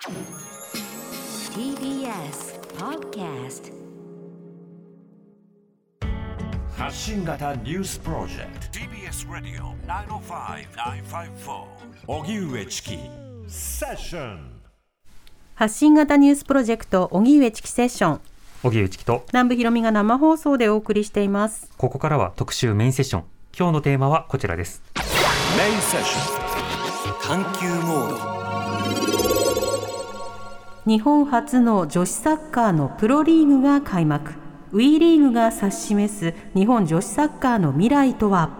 TBS Podcast 発信型ニュースプロジェクト TBS ラディオ905-954おぎゅうえちきセッション。 発信型ニュースプロジェクト荻上チキセッション、 荻上チキと南部ひろみが生放送でお送りしています。 ここからは特集メインセッション。今日のテーマはこちらです。 メインセッション探求モード。 日本初の女子サッカーのプロリーグが開幕。WE リーグが指し示す日本女子サッカーの未来とは。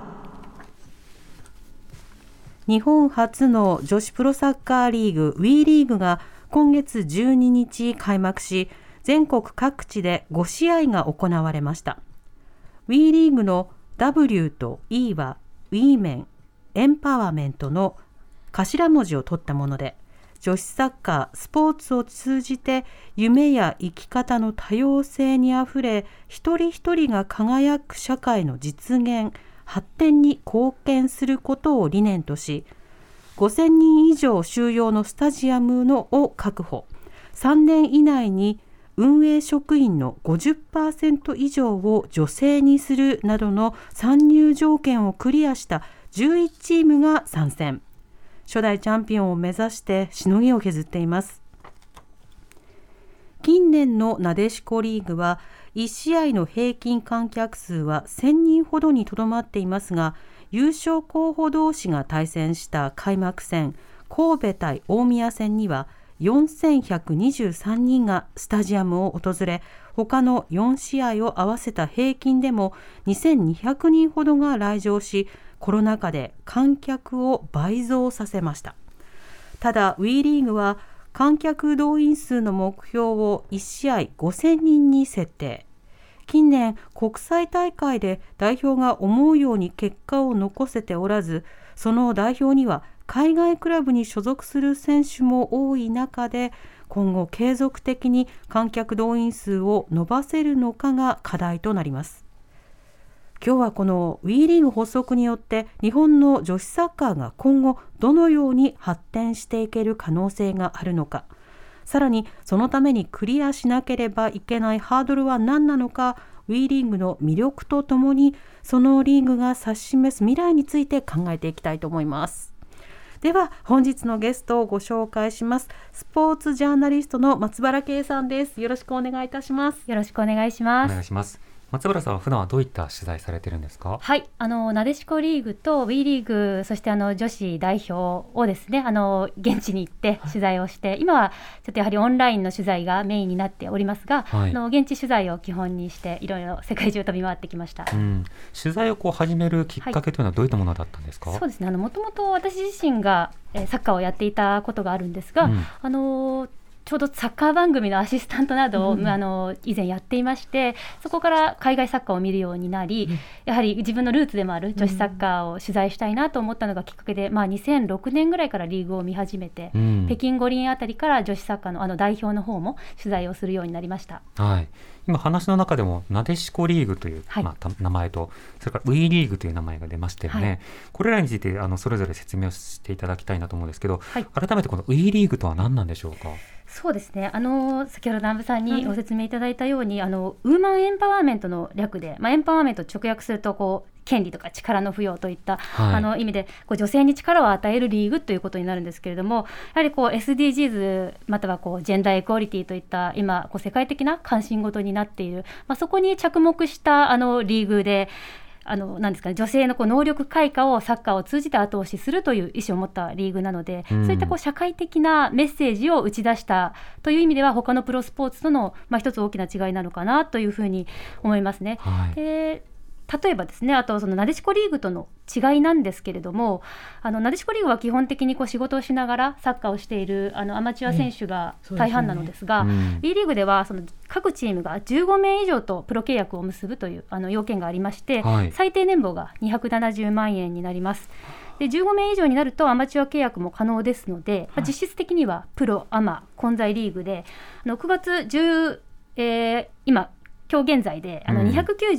日本初の女子プロサッカーリーグ WE リーグが今月12日開幕し、全国各地で5試合が行われました。WE リーグの W と E は WE メンエンパワーメントの頭文字を取ったもので、女子サッカースポーツを通じて夢や生き方の多様性にあふれ、一人一人が輝く社会の実現発展に貢献することを理念とし、5000人以上収容のスタジアムを確保、3年以内に運営職員の 50% 以上を女性にするなどの参入条件をクリアした11チームが参戦。初代チャンピオンを目指してしのぎを削っています。近年のなでしこリーグは1試合の平均観客数は1000人ほどにとどまっていますが、優勝候補同士が対戦した開幕戦神戸対大宮戦には4123人がスタジアムを訪れ、他の4試合を合わせた平均でも2200人ほどが来場し、コロナ禍で観客を倍増させました。ただ WE リーグは観客動員数の目標を1試合5000人に設定。近年国際大会で代表が思うように結果を残せておらず、その代表には海外クラブに所属する選手も多い中で、今後継続的に観客動員数を伸ばせるのかが課題となります。今日はこの WE リーグ発足によって日本の女子サッカーが今後どのように発展していける可能性があるのか、さらにそのためにクリアしなければいけないハードルは何なのか、 WE リーグの魅力とともにそのリーグが指し示す未来について考えていきたいと思います。では本日のゲストをご紹介します。スポーツジャーナリストの松原圭さんです。よろしくお願いいたします。 よろしくお願いします。 お願いします。松原さんは普段はどういった取材されてるんですか？ はい、なでしこリーグと WE リーグ、そして女子代表をですね、現地に行って取材をして、今はちょっとやはりオンラインの取材がメインになっておりますが、 はい、 現地取材を基本にしていろいろ世界中飛び回ってきました。 取材を始めるきっかけというのはどういったものだったんですか？ そうですね、もともと私自身がサッカーをやっていたことがあるんですが、ちょうどサッカー番組のアシスタントなどを、以前やっていまして、そこから海外サッカーを見るようになり、やはり自分のルーツでもある女子サッカーを取材したいなと思ったのがきっかけで、2006年ぐらいからリーグを見始めて、北京五輪あたりから女子サッカーの代表の方も取材をするようになりました。 はい、今話の中でもなでしこリーグという、名前と、それから WE リーグという名前が出ましたよね。はい、これらについてそれぞれ説明をしていただきたいなと思うんですけど、改めてこの WE リーグとは何なんでしょうか？ そうですね、先ほど南部さんにご説明いただいたように、ウーマンエンパワーメントの略で、エンパワーメント直訳すると権利とか力の付与といった、意味で女性に力を与えるリーグということになるんですけれども、やはりSDGs またはジェンダーエクオリティといった今世界的な関心事になっている、そこに着目したリーグで、なんですかね、女性の能力開花をサッカーを通じて後押しするという意思を持ったリーグなので、そういった社会的なメッセージを打ち出したという意味では、他のプロスポーツとの、一つ大きな違いなのかなというふうに思いますね。で、例えばですね、あとなでしこリーグとの違いなんですけれども、なでしこリーグは基本的に仕事をしながらサッカーをしているアマチュア選手が大半なのですが、WE リーグでは各チームが15名以上とプロ契約を結ぶという要件がありまして、最低年俸が270万円になります。で、15名以上になるとアマチュア契約も可能ですので、実質的にはプロアマ混在リーグで、9月今日現在で291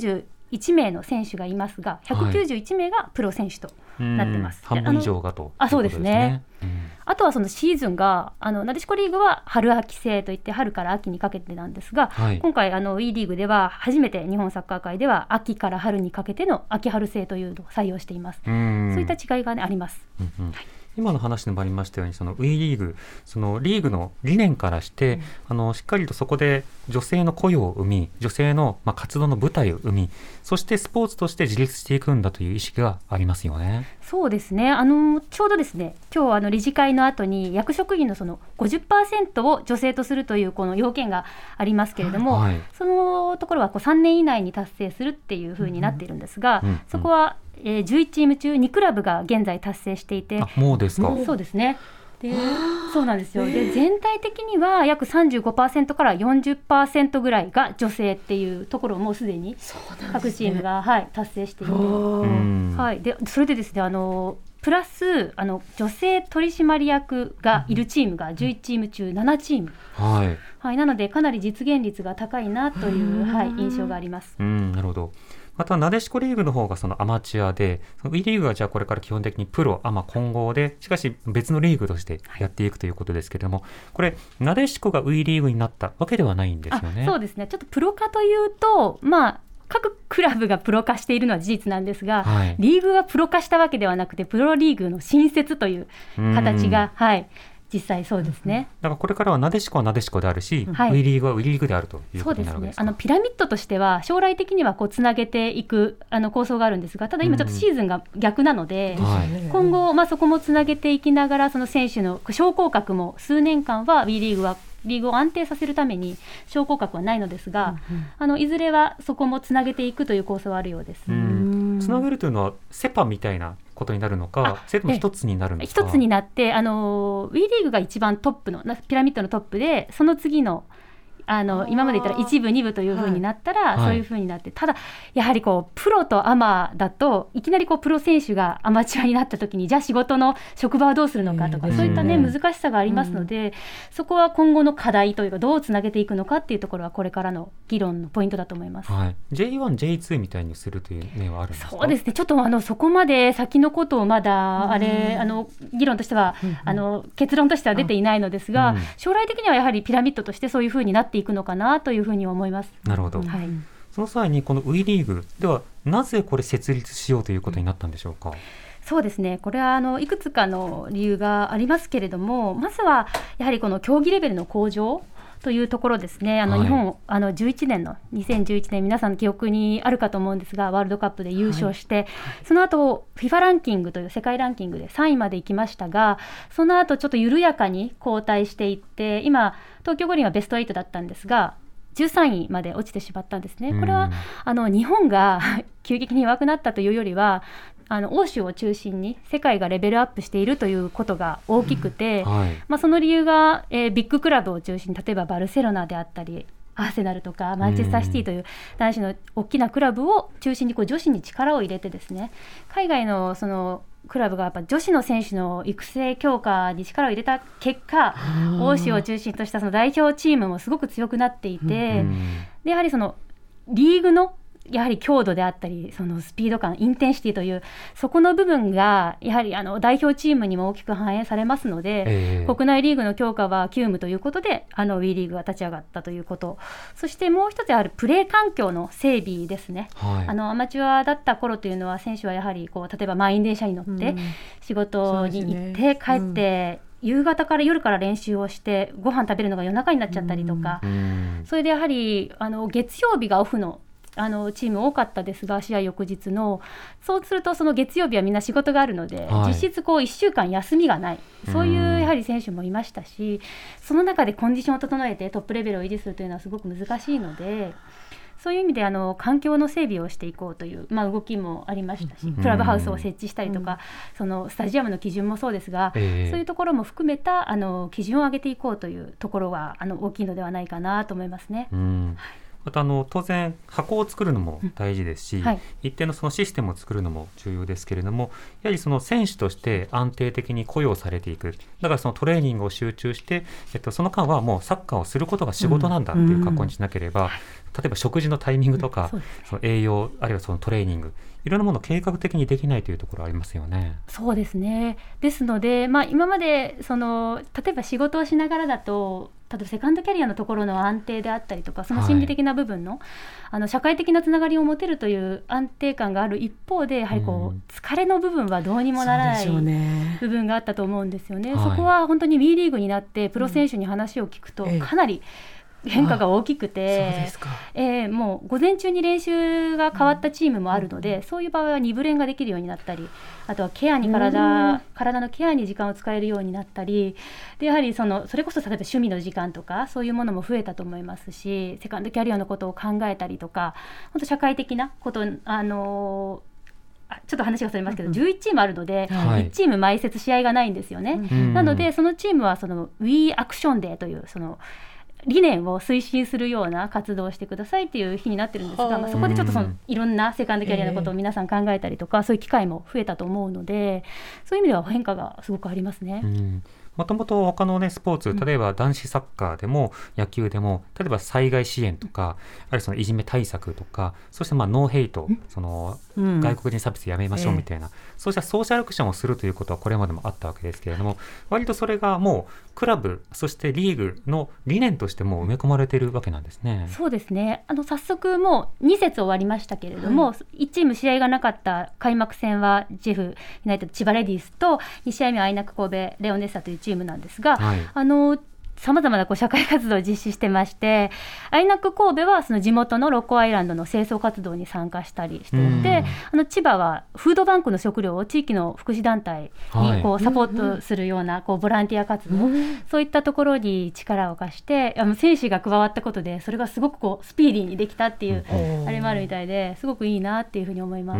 1名の選手がいますが191名がプロ選手となってます、 半分以上がと、 そうですね、あとはそのシーズンがなでしこリーグは春秋制といって春から秋にかけてなんですが、今回WEリーグでは初めて日本サッカー界では秋から春にかけての秋春制というのを採用しています。そういった違いが、あります。 今の話でもありましたようにそのWEリーグ、そのリーグの理念からして、しっかりとそこで女性の雇用を生み、女性の活動の舞台を生み、そしてスポーツとして自立していくんだという意識がありますよね。 そうですね、ちょうどですね、今日理事会の後に役職員のその 50% を女性とするというこの要件がありますけれども、そのところは3年以内に達成するっていうふうになっているんですが、そこは11チーム中2クラブが現在達成していて、 もうですか。 そうですね。でそうなんですよ。で全体的には約 35% から 40% ぐらいが女性っていうところをもうすでに各チームが、達成していて、でそれでですね、プラス女性取締役がいるチームが11チーム中7チーム、なのでかなり実現率が高いなという、印象があります。 なるほど。またなでしこリーグの方がそのアマチュアで、WEリーグはじゃあこれから基本的にプロアマ混合で、しかし別のリーグとしてやっていくということですけれども、これなでしこがWEリーグになったわけではないんですよね。 そうですね、ちょっとプロ化というと、各クラブがプロ化しているのは事実なんですが、リーグがプロ化したわけではなくて、プロリーグの新設という形が、実際そうですね。 だからこれからはなでしこはなでしこであるし、WEリーグはWEリーグであるということになるわけですか。 そうですね、ピラミッドとしては将来的にはつなげていく構想があるんですが、ただ今ちょっとシーズンが逆なので、今後、そこもつなげていきながら、その選手の昇降格も数年間はWEリーグはリーグを安定させるために昇降格はないのですが、いずれはそこもつなげていくという構想はあるようです。 つなげるというのはセパみたいなことになるのか、それとも一つになるのか。 一つになって、WEリーグが一番トップのピラミッドのトップで、その次の今まで言ったら1部2部という風になったら、そういう風になって、ただやはりプロとアマだといきなりプロ選手がアマチュアになった時に、じゃあ仕事の職場はどうするのかとか、そういった難しさがありますので、そこは今後の課題というか、どうつなげていくのかっていうところはこれからの議論のポイントだと思います。 J1、J2 みたいにするという面はあるんですか。 そうですね、ちょっとそこまで先のことをまだ議論としては、結論としては出ていないのですが、将来的にはやはりピラミッドとしてそういう風になっていくのかなというふうに思います。 なるほど、その際にこのWEリーグではなぜこれ設立しようということになったんでしょうか。 そうですね、これはいくつかの理由がありますけれども、まずはやはりこの競技レベルの向上というところですね。日本2011年皆さんの記憶にあるかと思うんですが、ワールドカップで優勝して、その後 FIFA ランキングという世界ランキングで3位まで行きましたが、その後ちょっと緩やかに後退していって、今東京五輪はベスト8だったんですが、13位まで落ちてしまったんですね。これは日本が急激に弱くなったというよりは、欧州を中心に世界がレベルアップしているということが大きくて、その理由が、ビッグクラブを中心に、例えばバルセロナであったりアーセナルとかマンチェスターシティという男子の大きなクラブを中心に女子に力を入れてですね、海外のそのクラブがやっぱ女子の選手の育成強化に力を入れた結果、欧州を中心としたその代表チームもすごく強くなっていて、でやはりそのリーグのやはり強度であったり、そのスピード感、インテンシティというそこの部分がやはり代表チームにも大きく反映されますので、国内リーグの強化は急務ということでWEリーグが立ち上がったということ、そしてもう一つあるプレー環境の整備ですね。アマチュアだった頃というのは、選手はやはり例えば満員電車に乗って仕事に行って帰って、夕方から夜から練習をしてご飯食べるのが夜中になっちゃったりとか、それでやはり月曜日がオフのチーム多かったですが、試合翌日の、そうするとその月曜日はみんな仕事があるので、実質1週間休みがない、そういうやはり選手もいましたし、その中でコンディションを整えてトップレベルを維持するというのはすごく難しいので、そういう意味で環境の整備をしていこうという、動きもありましたし、クラブハウスを設置したりとか、そのスタジアムの基準もそうですが、そういうところも含めた基準を上げていこうというところは大きいのではないかなと思いますね。 また当然箱を作るのも大事ですし、一定のそのシステムを作るのも重要ですけれども、やはりその選手として安定的に雇用されていく、だからそのトレーニングを集中して、その間はもうサッカーをすることが仕事なんだっていう格好にしなければ、例えば食事のタイミングとか、その栄養あるいはそのトレーニング、いろんなものを計画的にできないというところありますよね。 そうですね。ですので、今まで例えば仕事をしながらだと、例えばセカンドキャリアのところの安定であったりとか、その心理的な部分の、社会的なつながりを持てるという安定感がある一方で、やはり疲れの部分はどうにもならない部分があったと思うんですよね。そこは本当に WE リーグになってプロ選手に話を聞くと、かなり変化が大きくて、もう午前中に練習が変わったチームもあるので、そういう場合は2部練ができるようになったり、あとは体のケアに時間を使えるようになったりで、やはりそれこそ例えば趣味の時間とかそういうものも増えたと思いますし、セカンドキャリアのことを考えたりとか、本当社会的なこと、ちょっと話がそれますけど、11チームあるので、1チーム毎節試合がないんですよね。なのでそのチームはWE アクションデーという理念を推進するような活動をしてくださいっていう日になってるんですが、そこでちょっといろんなセカンドキャリアのことを皆さん考えたりとか、そういう機会も増えたと思うので、そういう意味では変化がすごくありますね。 もともと他のスポーツ、例えば男子サッカーでも野球でも、例えば災害支援とか、あるいはいじめ対策とか、そしてノーヘイト、外国人差別やめましょうみたいな、そうしたソーシャルアクションをするということはこれまでもあったわけですけれども、割とそれがもうクラブ、そしてリーグの理念としても埋め込まれているわけなんですね。 そうですね。早速もう2節終わりましたけれども、1チーム試合がなかった開幕戦はジェフユナイテッド千葉レディースと、2試合目はアイナック神戸レオネッサというチームなんですが、さまざまな社会活動を実施してまして、アイナック神戸はその地元のロコアイランドの清掃活動に参加したりしていて、千葉はフードバンクの食料を地域の福祉団体にサポートするようなボランティア活動、そういったところに力を貸して、選手が加わったことでそれがすごくスピーディーにできたっていうあれもあるみたいで、すごくいいなっていうふうに思います。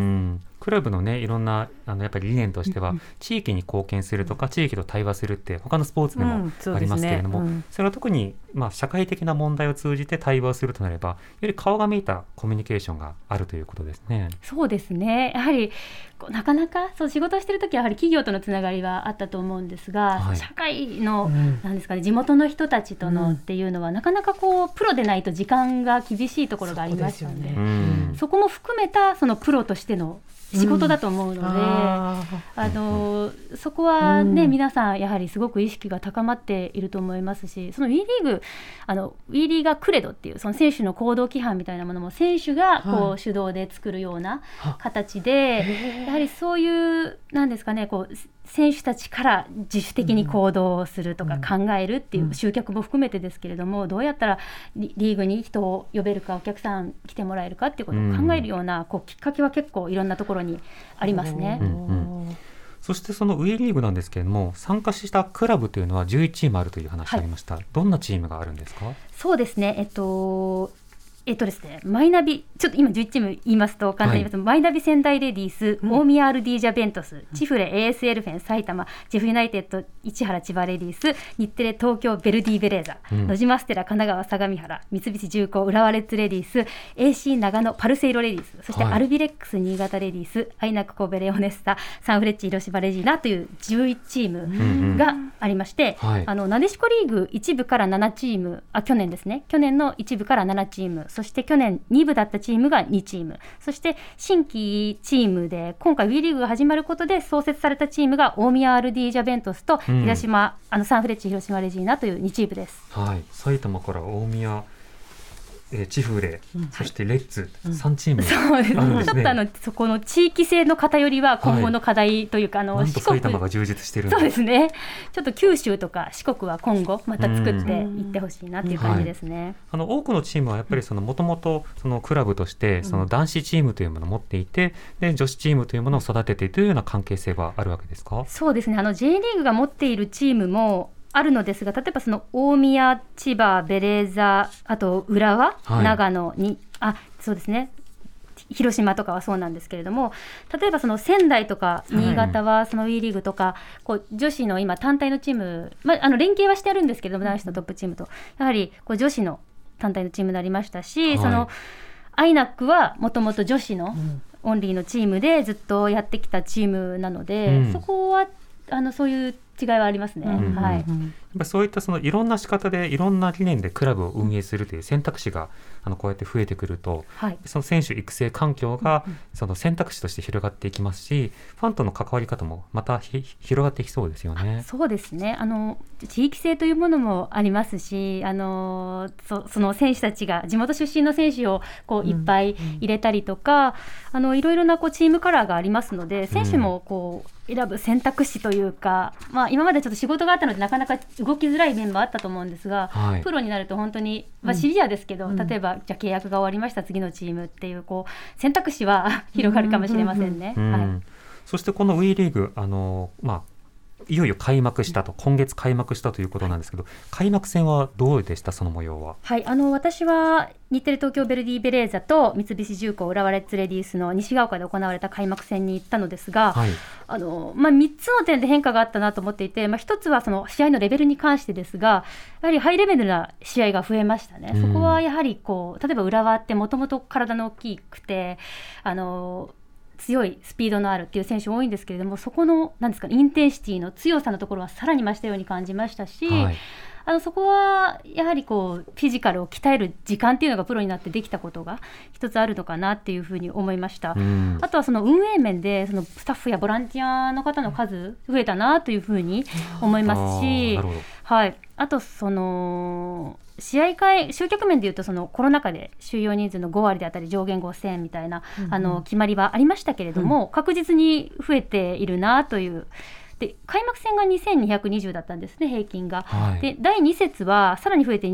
クラブのいろんなやっぱり理念としては、地域に貢献するとか地域と対話するって他のスポーツでもありますけれども、それは特に社会的な問題を通じて対話をするとなれば、より顔が見えたコミュニケーションがあるということですね。 そうですね。やはりなかなか仕事をしているときはやはり企業とのつながりはあったと思うんですが、社会の、なんですかね、地元の人たちとのっていうのは、なかなかプロでないと時間が厳しいところがありましたので、そこも含めたプロとしての仕事だと思うので、そこはね、皆さんやはりすごく意識が高まっていると思いますし、WE リーグWEリーガークレドっていう選手の行動規範みたいなものも選手が主導で作るような形で、やはりそういうなんですかね、選手たちから自主的に行動をするとか考えるっていう、集客も含めてですけれども、どうやったらリーグに人を呼べるか、お客さん来てもらえるかっていうことを考えるようなきっかけは結構いろんなところにありますね。 そしてそのWEリーグなんですけれども、参加したクラブというのは11チームあるという話がありました。どんなチームがあるんですか？ そうですね、ですね、マイナビ、ちょっと今11チーム言いますと簡単に言いますと、マイナビ仙台レディース、大宮 RD ジャベントス、チフレ AS エルフェン埼玉、ジェフユナイテッド市原千葉レディース、日テレ東京ベルディベレーザ、野島ステラ神奈川相模原、三菱重工浦和レッズレディース、AC 長野パルセイロレディース、そしてアルビレックス新潟レディース、アイナック神戸レオネッサ、サンフレッチェ広島レジーナという11チームがありまして、なでしこリーグ1部から7チーム、去年ですね、去年の1部から7チーム、そして去年2部だったチームが2チーム、そして新規チームで今回 WE リーグが始まることで創設されたチームが大宮 RD ジャベントスと広島、サンフレッチェ広島レジーナという2チームです。 埼玉から大宮、チフレ、そしてレッツ、3チームそうですね。ちょっとそこの地域性の偏りは今後の課題というか、 なんと埼玉が充実してるんそうですね。ちょっと九州とか四国は今後また作っていってほしいなっていう感じですね。 多くのチームはやっぱりもともとクラブとして男子チームというものを持っていて、で女子チームというものを育てているというような関係性はあるわけですか？ そうですね。J リーグが持っているチームもあるのですが、例えば大宮、千葉、ベレーザ、あと浦和、長野にそうですね、広島とかはそうなんですけれども、例えば仙台とか新潟はWE リーグとか女子の今単体のチーム、連携はしてあるんですけれども、男子のトップチームとやはり女子の単体のチームになりましたし、そのアイナックはもともと女子のオンリーのチームでずっとやってきたチームなので、そこはそういう違いはありますね。はい、やっぱそういったそのいろんな仕方でいろんな理念でクラブを運営するという選択肢がこうやって増えてくると、その選手育成環境がその選択肢として広がっていきますし、ファンとの関わり方もまた広がっていきそうですよね。 そうですね。地域性というものもありますし、その選手たちが地元出身の選手をこういっぱい入れたりとか、いろいろなこうチームカラーがありますので、選手もこう選ぶ選択肢というか、今までちょっと仕事があったのでなかなか動きづらい面もあったと思うんですが、プロになると本当に、シビアですけど、例えばじゃあ契約が終わりました、次のチームっていう、こう選択肢は広がるかもしれませんね。 そしてこの WE リーグいよいよ開幕したと、今月開幕したということなんですけど、開幕戦はどうでした、その模様は。 私は日テレ東京ヴェルディベレーザと三菱重工浦和レッズレディースの西が丘で行われた開幕戦に行ったのですが、3つの点で変化があったなと思っていて、1つはその試合のレベルに関してですが、やはりハイレベルな試合が増えましたね。そこはやはりこう、例えば浦和ってもともと体の大きくて強いスピードのあるっていう選手多いんですけれども、そこのインテンシティの強さのところはさらに増したように感じましたし、そこはやはりこうフィジカルを鍛える時間っていうのがプロになってできたことが一つあるのかなっていうふうに思いました。あとはその運営面でそのスタッフやボランティアの方の数増えたなというふうに思いますし、あとその集客面でいうと、そのコロナ禍で収容人数の5割であったり上限5000みたいな、決まりはありましたけれども、確実に増えているなという。で開幕戦が2220だったんですね、平均が。で第2節はさらに増えて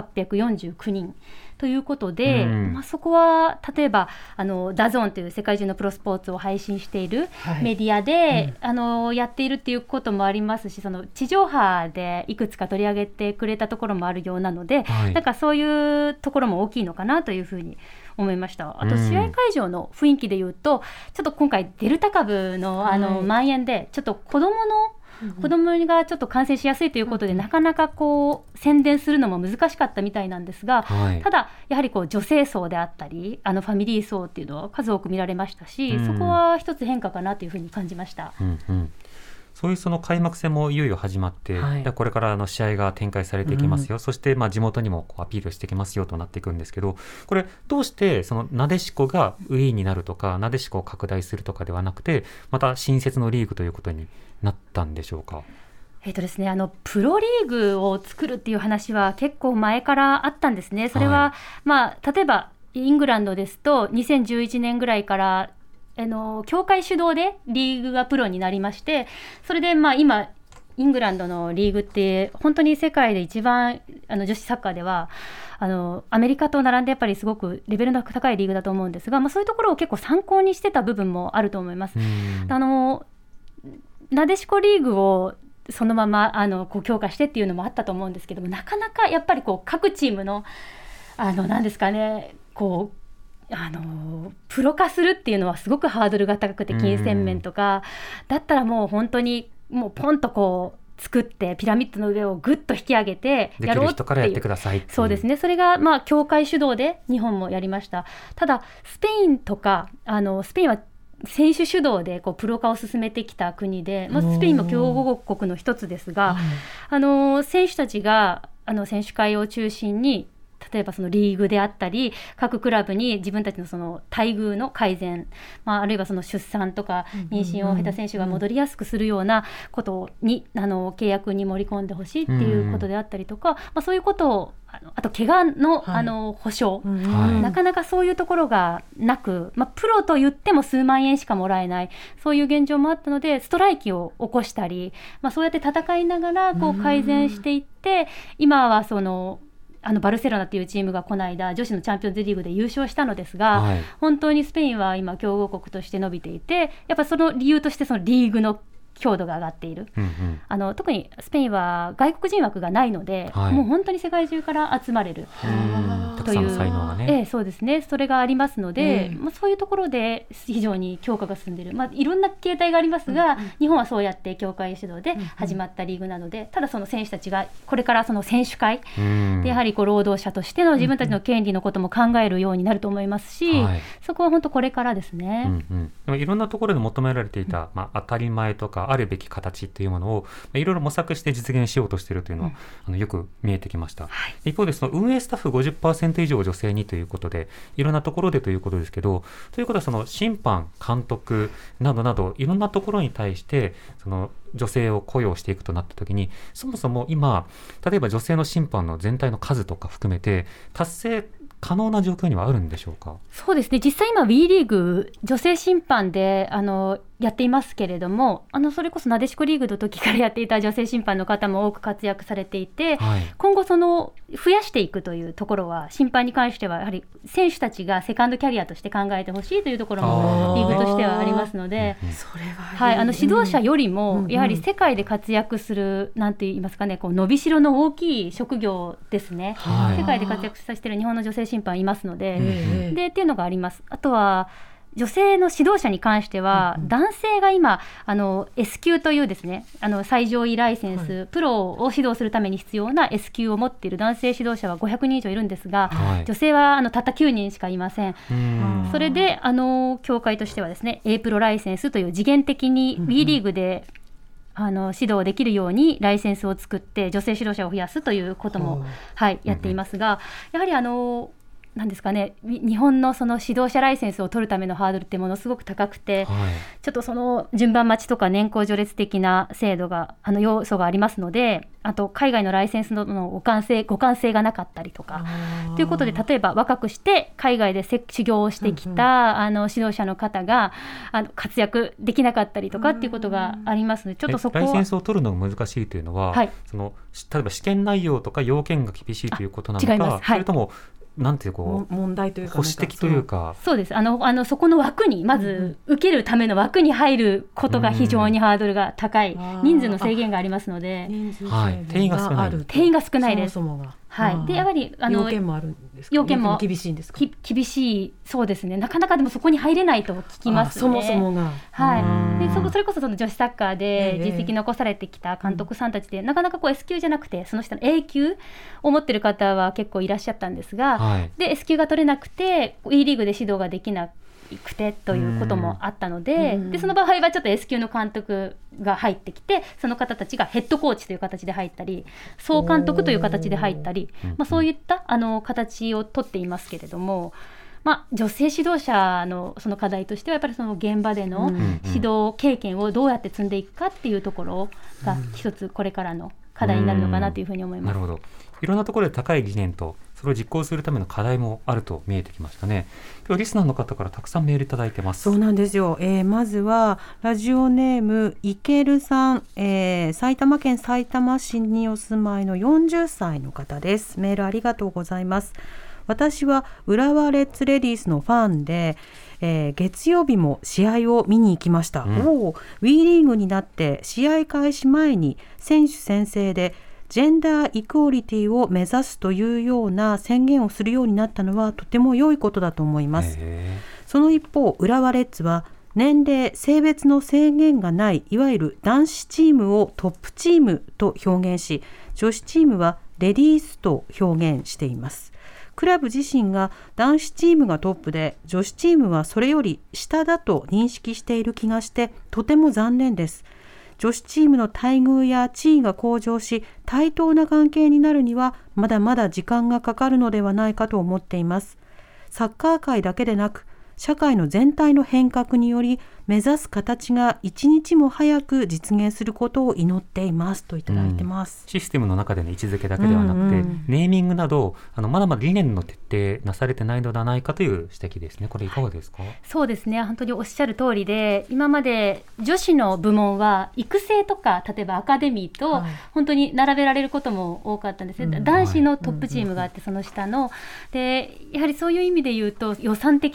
2849人ということで、そこは例えばダゾーンという世界中のプロスポーツを配信しているメディアで、やっているっていうこともありますし、その地上波でいくつか取り上げてくれたところもあるようなので、なんかそういうところも大きいのかなというふうに思いました。あと試合会場の雰囲気でいうと、ちょっと今回デルタ株の蔓延でちょっと子供がちょっと感染しやすいということで、なかなかこう宣伝するのも難しかったみたいなんですが、ただやはりこう女性層であったりファミリー層っていうのは数多く見られましたし、そこは一つ変化かなというふうに感じました。 そういうその開幕戦もいよいよ始まって、これから試合が展開されていきますよ、そして地元にもこうアピールしていきますよとなっていくんですけど、これどうしてそのなでしこがWEになるとか、なでしこを拡大するとかではなくて、また新設のリーグということになったんでしょうか。 ですね、プロリーグを作るっていう話は結構前からあったんですね。それは、例えばイングランドですと2011年ぐらいから協会主導でリーグがプロになりまして、それで今イングランドのリーグって本当に世界で一番女子サッカーではアメリカと並んでやっぱりすごくレベルの高いリーグだと思うんですが、そういうところを結構参考にしてた部分もあると思います。なでしこリーグをそのままこう強化してっていうのもあったと思うんですけども、なかなかやっぱりこう各チームのなんですかね、こうプロ化するっていうのはすごくハードルが高くて、金銭面とかだったらもう本当にもうポンとこう作ってピラミッドの上をぐっと引き上げてやろうっていう、できる人からやってくださいっていう。そうですね、それが協会主導で日本もやりました。ただスペインとかスペインは選手主導でこうプロ化を進めてきた国で、スペインも強豪国の一つですが、選手たちが選手会を中心に例えばそのリーグであったり各クラブに自分たちのその待遇の改善、あるいはその出産とか妊娠を経た選手が戻りやすくするようなことに契約に盛り込んでほしいっていうことであったりとか、そういうことをあと怪我の、保証、なかなかそういうところがなく、プロと言っても数万円しかもらえない、そういう現状もあったのでストライキを起こしたり、そうやって戦いながらこう改善していって、今はそのバルセロナというチームがこの間女子のチャンピオンズリーグで優勝したのですが、本当にスペインは今強豪国として伸びていて、やっぱその理由としてそのリーグの強度が上がっている、特にスペインは外国人枠がないので、もう本当に世界中から集まれる。 だくさんの才能がね、 そうですね、それがありますので、そういうところで非常に強化が進んでいる、いろんな形態がありますが、日本はそうやって協会主導で始まったリーグなので、ただその選手たちがこれからその選手会でやはり労働者としての自分たちの権利のことも考えるようになると思いますし、そこは本当これからですね。 いろんなところで求められていた、当たり前とかあるべき形っていうものをいろいろ模索して実現しようとしているというのは、よく見えてきました。一方でその運営スタッフ 50% 以上女性にということで、いろんなところでということですけど、ということはその審判監督などなどいろんなところに対してその女性を雇用していくとなったときに、そもそも今例えば女性の審判の全体の数とか含めて達成可能な状況にはあるんでしょうか。 そうですね、実際今 WE リーグ女性審判でやっていますけれども、それこそなでしこリーグの時からやっていた女性審判の方も多く活躍されていて、今後その増やしていくというところは、審判に関してはやはり選手たちがセカンドキャリアとして考えてほしいというところもリーグとしてはありますので、 それはいい、 指導者よりもやはり世界で活躍する、なんて言いますかね、伸びしろの大きい職業ですね。世界で活躍させている日本の女性審判いますので、っていうのがあります。あとは女性の指導者に関しては、男性が今S 級というですね、最上位ライセンス、プロを指導するために必要な S 級を持っている男性指導者は500人以上いるんですが、女性はたった9人しかいません。それで協会としてはですね、A プロライセンスという次元的に WE リーグで指導できるようにライセンスを作って女性指導者を増やすということも、やっていますが、やはりなんですかね、日本のその指導者ライセンスを取るためのハードルってものすごく高くて、ちょっとその順番待ちとか年功序列的な制度が要素がありますので、あと海外のライセンスの互換性がなかったりとかということで、例えば若くして海外で修行をしてきた指導者の方が活躍できなかったりとかっていうことがありますので、ちょっとそこはライセンスを取るのが難しいというのは、その例えば試験内容とか要件が厳しいということなのか、 違います。 それともなんていう問題というか保守的というか。 そうです。そこの枠にまず受けるための枠に入ることが非常にハードルが高い、人数の制限がありますので、 定員が少ない。 定員が少ないです。 そもそもがでやはり要件もあるんですか。 要件も厳しいんですか。 厳しい、そうですね。なかなかでもそこに入れないと聞きますね。 そもそもが。 でそれこそその女子サッカーで実績残されてきた監督さんたちで、なかなかS 級じゃなくてその下の A 級を持ってる方は結構いらっしゃったんですが、で S 級が取れなくて WE リーグで指導ができなくてということもあったので、その場合はちょっと S 級の監督が入ってきて、その方たちがヘッドコーチという形で入ったり、総監督という形で入ったり、そういった形を取っていますけれども、女性指導者のその課題としてはやっぱりその現場での指導経験をどうやって積んでいくかっていうところが一つこれからの課題になるのかなというふうに思います。 なるほど。いろんなところで高い理念とそれを実行するための課題もあると見えてきましたね。今日リスナーの方からたくさんメールいただいてます。 そうなんですよ。まずはラジオネームいけるさん、埼玉県さいたま市にお住まいの40歳の方です。メールありがとうございます。私は浦和レッズレディースのファンで、月曜日も試合を見に行きました。WE リーグになって試合開始前に選手宣誓でジェンダーイクオリティを目指すというような宣言をするようになったのはとても良いことだと思います。その一方、浦和レッズは年齢性別の制限がないいわゆる男子チームをトップチームと表現し、女子チームはレディースと表現しています。クラブ自身が男子チームがトップで女子チームはそれより下だと認識している気がしてとても残念です。女子チームの待遇や地位が向上し対等な関係になるにはまだまだ時間がかかるのではないかと思っています。サッカー界だけでなく社会の全体の変革により目指す形が一日も早く実現することを祈っていますといただいてます。 システムの中での位置づけだけではなくて、ネーミングなどまだまだ理念の徹底なされてないのではないかという指摘ですね。これいかがですか？ そうですね、本当におっしゃる通りで、今まで女子の部門は育成とか例えばアカデミーと本当に並べられることも多かったんですね。男子のトップチームがあってその下ので、やはりそういう意味で言うと予算的にもかなり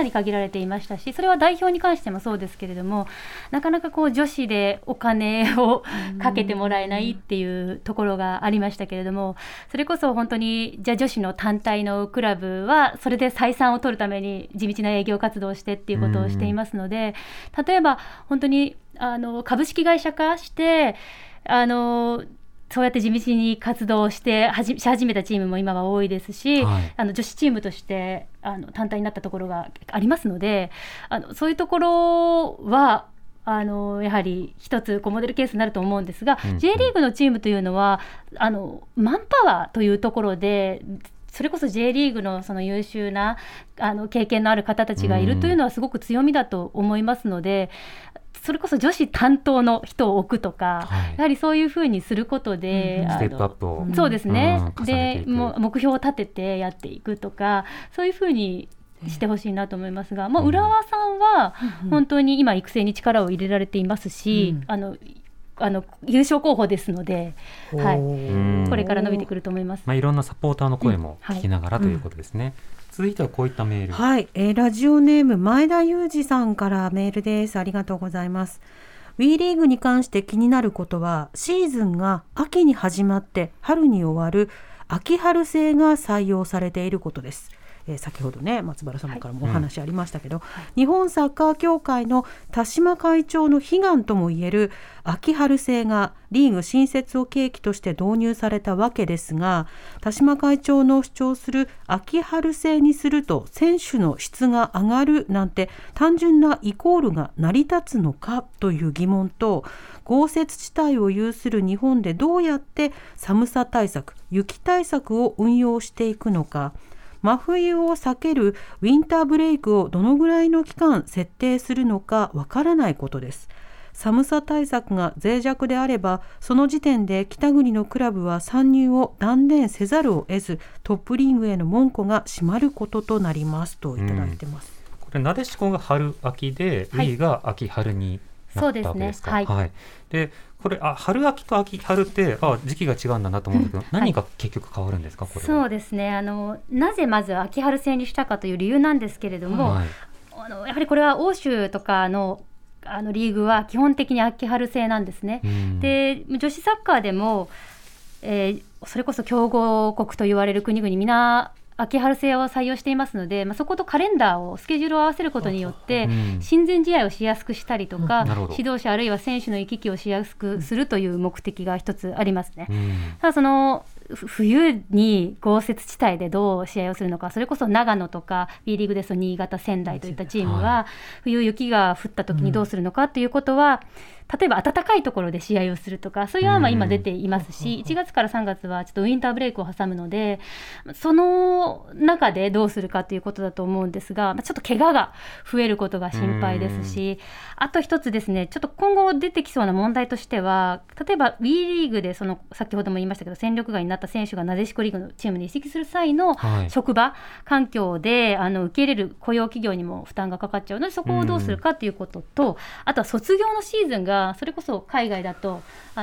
り限られていましたし、それは代表に関してもそうですけれども、なかなかこう女子でお金をかけてもらえないっていうところがありましたけれども、それこそ本当にじゃあ女子の単体のクラブはそれで採算を取るために地道な営業活動をしてっていうことをしていますので、例えば本当に株式会社化してそうやって地道に活動し始めたチームも今は多いですし、はい、女子チームとして単体になったところがありますので、そういうところはやはり一つモデルケースになると思うんですが、J リーグのチームというのはマンパワーというところで、それこそ J リーグのその優秀な経験のある方たちがいるというのはすごく強みだと思いますので、それこそ女子担当の人を置くとか、はい、やはりそういうふうにすることで、 ステップアップをそうですね、で目標を立ててやっていくとか、そういうふうにしてほしいなと思いますが、浦和さんは本当に今育成に力を入れられていますし、優勝候補ですので、はい、これから伸びてくると思います。 いろんなサポーターの声も聞きながらということですね。続いてはこういったメール、 はい、ラジオネーム前田裕二さんからメールです。ありがとうございます。WE リーグに関して気になることは、シーズンが秋に始まって春に終わる秋春制が採用されていることです。先ほどね松原様からもお話ありましたけど、日本サッカー協会の田島会長の悲願ともいえる秋春制がリーグ新設を契機として導入されたわけですが、田島会長の主張する秋春制にすると選手の質が上がるなんて単純なイコールが成り立つのかという疑問と、豪雪地帯を有する日本でどうやって寒さ対策、雪対策を運用していくのか、真冬を避けるウィンターブレイクをどのぐらいの期間設定するのかわからないことです。寒さ対策が脆弱であれば、その時点で北国のクラブは参入を断念せざるを得ず、トップリーグへの門戸が閉まることとなりますといただいてます。 これなでしこが春秋で、はい、WE が秋春になったわけですか。 そうですね、はいはい、でこれ春秋と秋春って時期が違うんだなと思うんだけど、何が結局変わるんですか。これはそうですね、なぜまず秋春制にしたかという理由なんですけれども、はい、やはりこれは欧州とかのリーグは基本的に秋春制なんですね。で女子サッカーでも、それこそ強豪国と言われる国々みんな秋春制を採用していますので、そことカレンダーをスケジュールを合わせることによって親善試合をしやすくしたりとか、指導者あるいは選手の行き来をしやすくするという目的が一つありますね。ただその冬に豪雪地帯でどう試合をするのか、それこそ長野とか B リーグですと新潟、仙台といったチームは冬雪が降った時にどうするのかということは、例えば暖かいところで試合をするとか、そういう案は今出ていますし、1月から3月はちょっとウィンターブレイクを挟むので、その中でどうするかということだと思うんですが、ちょっと怪我が増えることが心配ですし、あと一つですね、ちょっと今後出てきそうな問題としては、例えば WE リーグで先ほども言いましたけど戦力外になった選手がなでしこリーグのチームに移籍する際の職場環境で受け入れる雇用企業にも負担がかかっちゃうので、そこをどうするかということと、あとは卒業のシーズンがそれこそ海外だと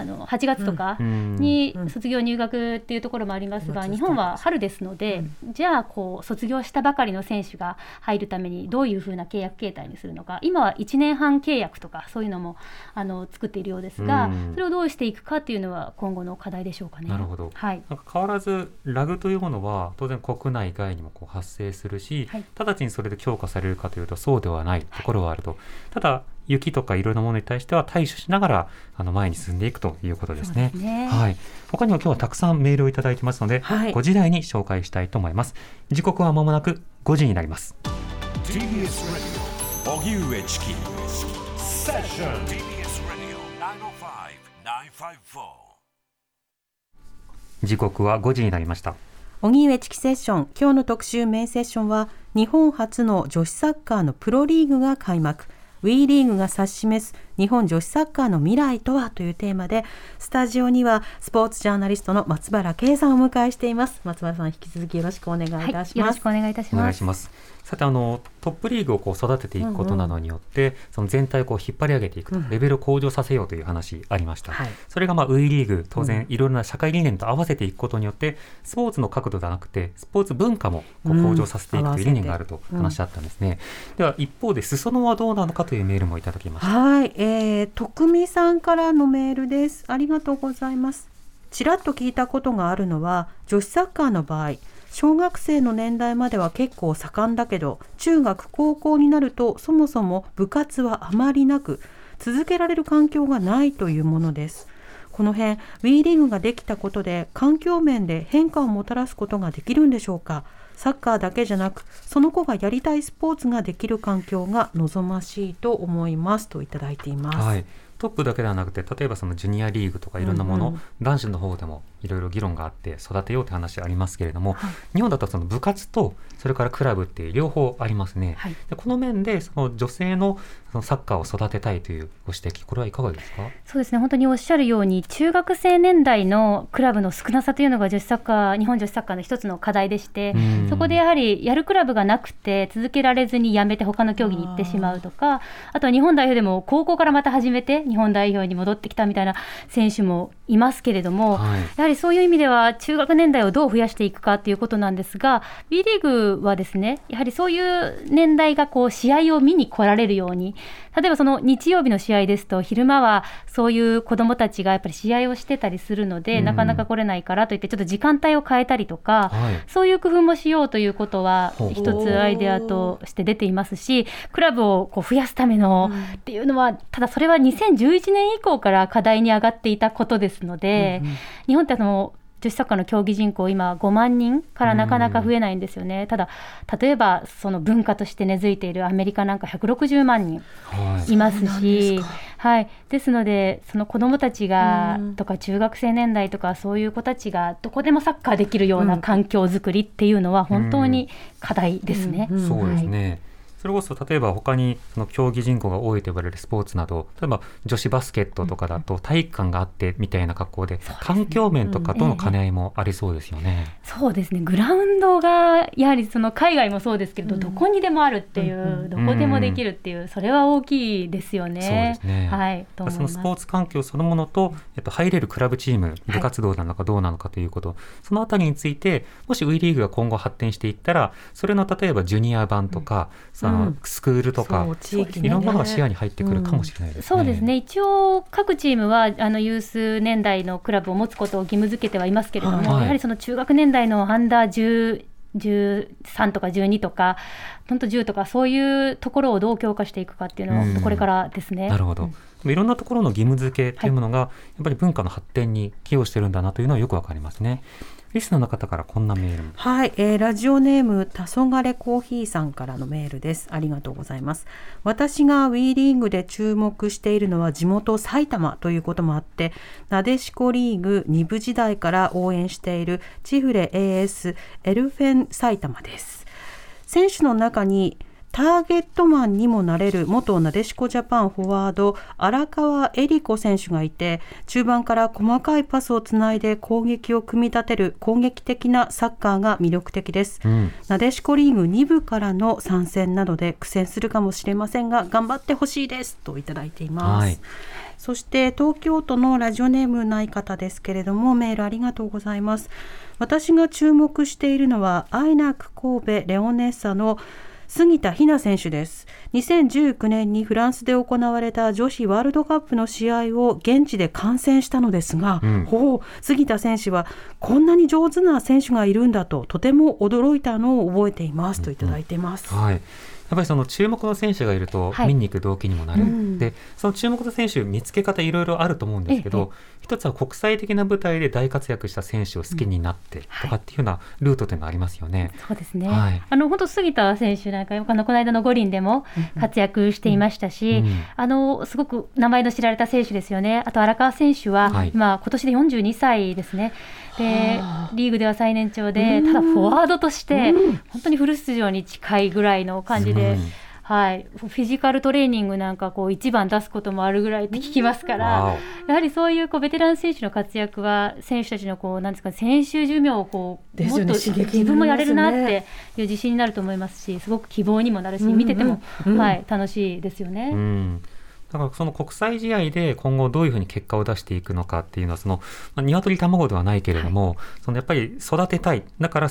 8月とかに卒業入学っていうところもありますが、日本は春ですので、じゃあ卒業したばかりの選手が入るためにどういうふうな契約形態にするのか、今は1年半契約とかそういうのも作っているようですが、それをどうしていくかっていうのは今後の課題でしょうかね。 なるほど、 はい、 なんか変わらずラグというものは当然国内外にも発生するし、はい、直ちにそれで強化されるかというとそうではないところはあると、ただ雪とかいろんなものに対しては対処しながら前に進んでいくということですね。 そうですね、 はい、他にも今日はたくさんメールをいただいてますので、はい、5時台に紹介したいと思います。時刻は間もなく5時になります。 TBS ラジオ荻上チキセッション TBS ラジオ905-954。 時刻は5時になりました。 荻上チキセッション、今日の特集メインセッションは、日本初の女子サッカーのプロリーグが開幕。WE リーグが指し示す日本女子サッカーの未来とはというテーマで、スタジオにはスポーツジャーナリストの松原圭さんをお迎えしています。松原さん、引き続きよろしくお願いいたします。 よろしくお願いいたします。 お願いします。さてトップリーグを育てていくことなどによって、その全体を引っ張り上げていくと、レベルを向上させようという話ありました、それがWEリーグ、当然いろいろな社会理念と合わせていくことによって、スポーツの角度ではなくてスポーツ文化も向上させていくという理念があると話し合ったんですね。では一方で裾野はどうなのかというメールもいただきました。 徳美さんからのメールです。ありがとうございます。ちらっと聞いたことがあるのは、女子サッカーの場合小学生の年代までは結構盛んだけど、中学高校になるとそもそも部活はあまりなく、続けられる環境がないというものです。この辺WEリーグができたことで環境面で変化をもたらすことができるんでしょうか。サッカーだけじゃなく、その子がやりたいスポーツができる環境が望ましいと思いますといただいています。 トップだけではなくて、例えばそのジュニアリーグとかいろんなもの、男子の方でもいろいろ議論があって育てようという話ありますけれども、日本だとその部活とそれからクラブっていう両方ありますね、でこの面でその女性のそのサッカーを育てたいというご指摘、これはいかがですか？ そうですね、本当におっしゃるように中学生年代のクラブの少なさというのが日本女子サッカーの一つの課題でして、そこでやはりやるクラブがなくて続けられずにやめて他の競技に行ってしまうとか、あとは日本代表でも高校からまた始めて日本代表に戻ってきたみたいな選手もいますけれども、やはりそういう意味では中学年代をどう増やしていくかということなんですが、WEリーグはですね、やはりそういう年代が試合を見に来られるように、例えばその日曜日の試合ですと昼間はそういう子どもたちがやっぱり試合をしてたりするので、なかなか来れないからといってちょっと時間帯を変えたりとか、そういう工夫もしようということは一つアイデアとして出ていますし、クラブを増やすためのっていうのは、ただそれは2011年以降から課題に上がっていたことですので、日本って女子サッカーの競技人口今5万人からなかなか増えないんですよね。ただ例えばその文化として根付いているアメリカなんか160万人いますし、ですのでその子どもたちがとか中学生年代とかそういう子たちがどこでもサッカーできるような環境づくりっていうのは本当に課題ですね。 そうですね、それこそ例えば他にその競技人口が多いと呼ばれるスポーツなど、例えば女子バスケットとかだと体育館があってみたいな格好で、環境面とかとの兼ね合いもありそうですよね。 そうですね、グラウンドがやはりその海外もそうですけれど、どこにでもあるっていう、どこでもできるっていう、それは大きいですよね。 そうですね、そのスポーツ環境そのものと、入れるクラブチーム、部活動なのかどうなのかということ、そのあたりについてもしWEリーグが今後発展していったら、それの例えばジュニア版とか、スクールとか、いろんなものが視野に入ってくるかもしれないですね。 そうですね、一応各チームはユース年代のクラブを持つことを義務付けてはいますけれども、やはりその中学年代のアンダー13とか12とか本当10とか、そういうところをどう強化していくかっていうのはこれからですね。 なるほど、いろんなところの義務付けというものが、やっぱり文化の発展に寄与してるんだなというのはよくわかりますね。リスナーの方からこんなメールも。 ラジオネームたそがれコーヒーさんからのメールです。ありがとうございます。私がWEリーグで注目しているのは地元埼玉ということもあって、なでしこリーグ2部時代から応援しているチフレ AS エルフェン埼玉です。選手の中にターゲットマンにもなれる元なでしこジャパンフォワード荒川恵理子選手がいて、中盤から細かいパスをつないで攻撃を組み立てる攻撃的なサッカーが魅力的です、なでしこリーグ2部からの参戦などで苦戦するかもしれませんが頑張ってほしいですといただいています、そして東京都のラジオネームない方ですけれども、メールありがとうございます。私が注目しているのはアイナック神戸レオネッサの杉田妃奈選手です。2019年にフランスで行われた女子ワールドカップの試合を現地で観戦したのですが、杉田選手はこんなに上手な選手がいるんだととても驚いたのを覚えていますといただいています、 やっぱりその注目の選手がいると見に行く動機にもなる、でその注目の選手見つけ方いろいろあると思うんですけど、一つは国際的な舞台で大活躍した選手を好きになってとかっていうようなルートというのがありますよね。 そうですね、本当杉田選手なんかこの間の五輪でも活躍していましたし、すごく名前の知られた選手ですよね。あと荒川選手は、今年で42歳ですね。でリーグでは最年長で、ただフォワードとして本当にフル出場に近いぐらいの感じで、 はい、フィジカルトレーニングなんかこう一番出すこともあるぐらいって聞きますから、やはりそういうベテラン選手の活躍は選手たちのなんですか、選手寿命をもっと自分もやれるなっていう自信になると思いますし、すごく希望にもなるし、見てても、はい、楽しいですよね。 だからその国際試合で今後どういうふうに結果を出していくのかっていうのは鶏卵ではないけれども、やっぱり育てたい、だから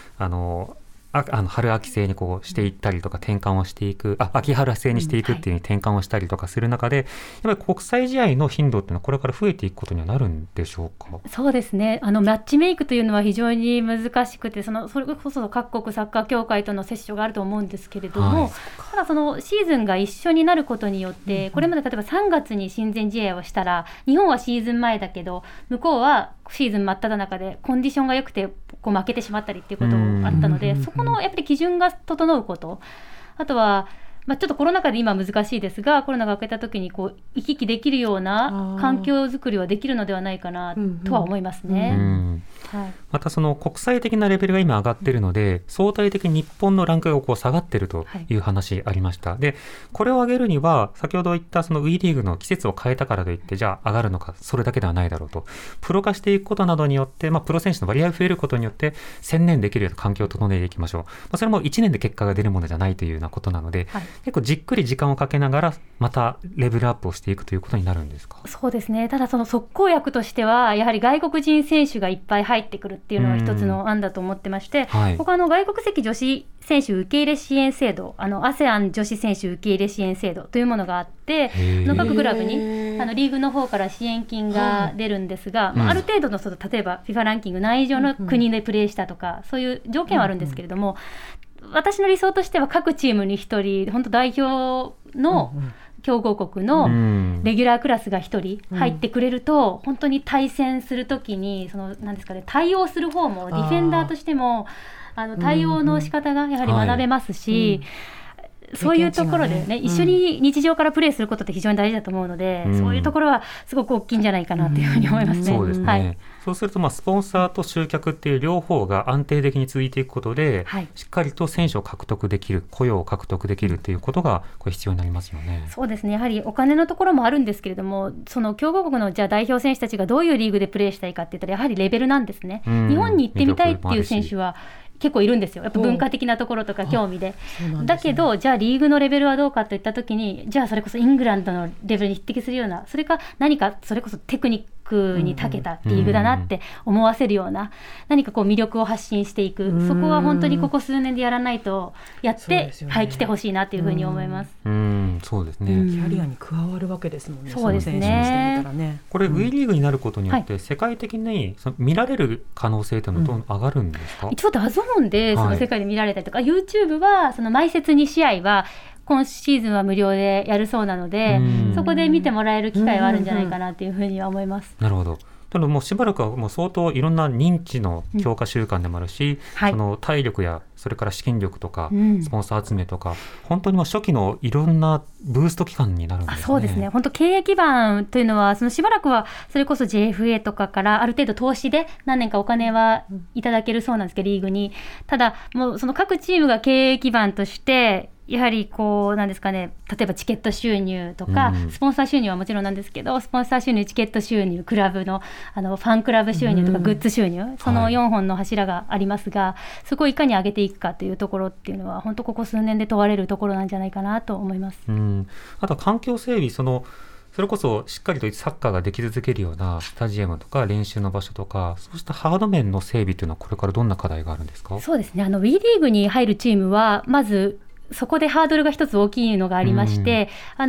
春秋制にしていったりとか転換をしていく、秋春制にしていくっていう転換をしたりとかする中で、やっぱり国際試合の頻度っていうのはこれから増えていくことにはなるんでしょうか。 そうですね、マッチメイクというのは非常に難しくて、それこそ各国サッカー協会との折衝があると思うんですけれども、ただシーズンが一緒になることによって、これまで例えば3月に親善試合をしたら、日本はシーズン前だけど向こうはシーズン真っ只中でコンディションが良くて負けてしまったりっていうことがあったので、そこのやっぱり基準が整うこと、あとはちょっとコロナ禍で今難しいですが、コロナが明けた時に行き来できるような環境づくりはできるのではないかなとは思いますね。 また国際的なレベルが今上がっているので、相対的に日本のランクが下がっているという話ありました。でこれを上げるには、先ほど言ったWEリーグの季節を変えたからといってじゃあ上がるのか、それだけではないだろうと、プロ化していくことなどによって、プロ選手の割合が増えることによって専念できるような環境を整えていきましょう。それも1年で結果が出るものじゃないというようなことなので、結構じっくり時間をかけながらまたレベルアップをしていくということになるんですか。 そうですね、ただ速攻薬としてはやはり外国人選手がいっぱい入ってくるっていうのは一つの案だと思ってまして、他の外国籍女子選手受け入れ支援制度、ASEAN 女子選手受け入れ支援制度というものがあって、各クラブにリーグの方から支援金が出るんですが、ある程度の例えば FIFA ランキング何位以上の国でプレーしたとか、そういう条件はあるんですけれども、私の理想としては各チームに1人本当代表の強豪国のレギュラークラスが1人入ってくれると、本当に対戦するときになんですかね、対応する方もディフェンダーとしても対応の仕方がやはり学べますし、そういうところでね、一緒に日常からプレーすることって非常に大事だと思うので、そういうところはすごく大きいんじゃないかなというふうに思いますね。 そうですね、そうするとスポンサーと集客っていう両方が安定的に続いていくことで、しっかりと選手を獲得できる、雇用を獲得できるということが必要になりますよね。 そうですね、やはりお金のところもあるんですけれども、強豪国のじゃあ代表選手たちがどういうリーグでプレーしたいかって言ったら、やはりレベルなんですね。日本に行ってみたいっていう選手は結構いるんですよ。やっぱ文化的なところとか興味で。だけどじゃあリーグのレベルはどうかといったときに、じゃあそれこそイングランドのレベルに匹敵するような、それか何かそれこそテクニックに長けたリーグだなって思わせるような、何か魅力を発信していく、そこは本当にここ数年でやらないとやって、来てほしいなというふうに思います。 そうですね、 キャリアに加わるわけですもんね。 そうですね。 これWEリーグになることによって世界的に見られる可能性というのはどんどん上がるんですか。 一応ダゾーンで世界で見られたりとか、YouTube は毎節2試合は今シーズンは無料でやるそうなので、そこで見てもらえる機会はあるんじゃないかなというふうには思います。 なるほど。ただもうしばらくはもう相当いろんな認知の強化習慣でもあるし、体力やそれから資金力とか、スポンサー集めとか、本当にもう初期のいろんなブースト期間になるんですね。 そうですね、本当経営基盤というのはしばらくはそれこそ JFA とかからある程度投資で何年かお金はいただけるそうなんですけど、リーグに。ただもう各チームが経営基盤としてやはりなんですかね、例えばチケット収入とか、スポンサー収入はもちろんなんですけど、スポンサー収入、チケット収入、クラブのファンクラブ収入とかグッズ収入、その4本の柱がありますが、そこをいかに上げていくかというところっていうのは本当ここ数年で問われるところなんじゃないかなと思います。 あとは環境整備、それこそしっかりとサッカーができ続けるようなスタジアムとか練習の場所とか、そうしたハード面の整備というのはこれからどんな課題があるんですか。 そうですね、WEリーグに入るチームはまずそこでハードルが一つ大きいのがありまして、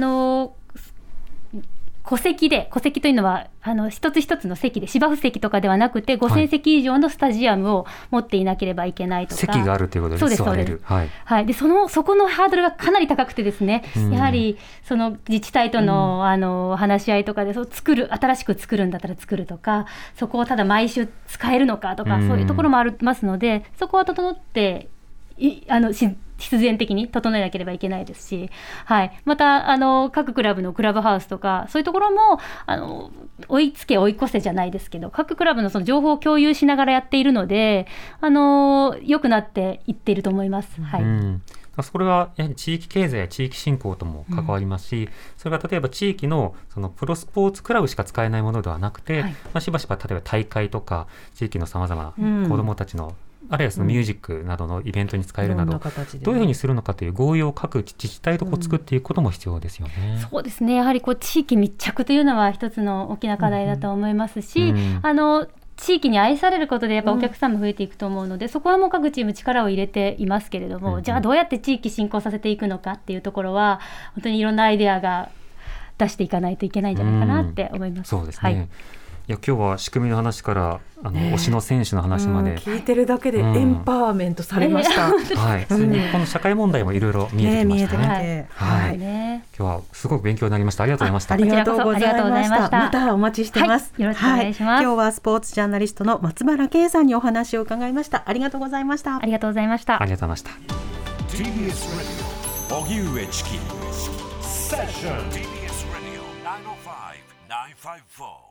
戸籍というのは一つ一つの席で、芝生席とかではなくて5000席以上のスタジアムを持っていなければいけないとか、 席があるということで座れる。 でそこのハードルがかなり高くてですね、やはり自治体との、話し合いとかで新しく作るんだったら作るとか、そこをただ毎週使えるのかとか、そういうところもありますので、そこは整って必然的に整えなければいけないですし、また各クラブのクラブハウスとか、そういうところも追いつけ追い越せじゃないですけど、各クラブの情報を共有しながらやっているので、良くなっていっていると思います。 それはやはり地域経済や地域振興とも関わりますし、それが例えば地域のそのプロスポーツクラブしか使えないものではなくて、しばしば例えば大会とか地域のさまざまな子どもたちの、あるいはそのミュージックなどのイベントに使えるなど、どういうふうにするのかという合意を各自治体と作っていくことも必要ですよね。 そうですね、やはり地域密着というのは一つの大きな課題だと思いますし、地域に愛されることでやっぱお客さんも増えていくと思うので、そこはもう各チーム力を入れていますけれども、じゃあどうやって地域振興させていくのかっていうところは本当にいろんなアイデアが出していかないといけないんじゃないかなって思います。 そうですね、いや今日は仕組みの話から推しの選手の話まで、 聞いてるだけでエンパワーメントされました。 日本の社会問題もいろいろ見えてきましたね。今日はすごく勉強になりました。ありがとうございました。 ありがとうございました。またお待ちしてます。 よろしくお願いします。 今日はスポーツジャーナリストの松原圭さんにお話を伺いました。ありがとうございました。 ありがとうございました。 ありがとうございました。 TBS Radio 荻上チキセッション TBS Radio 905-954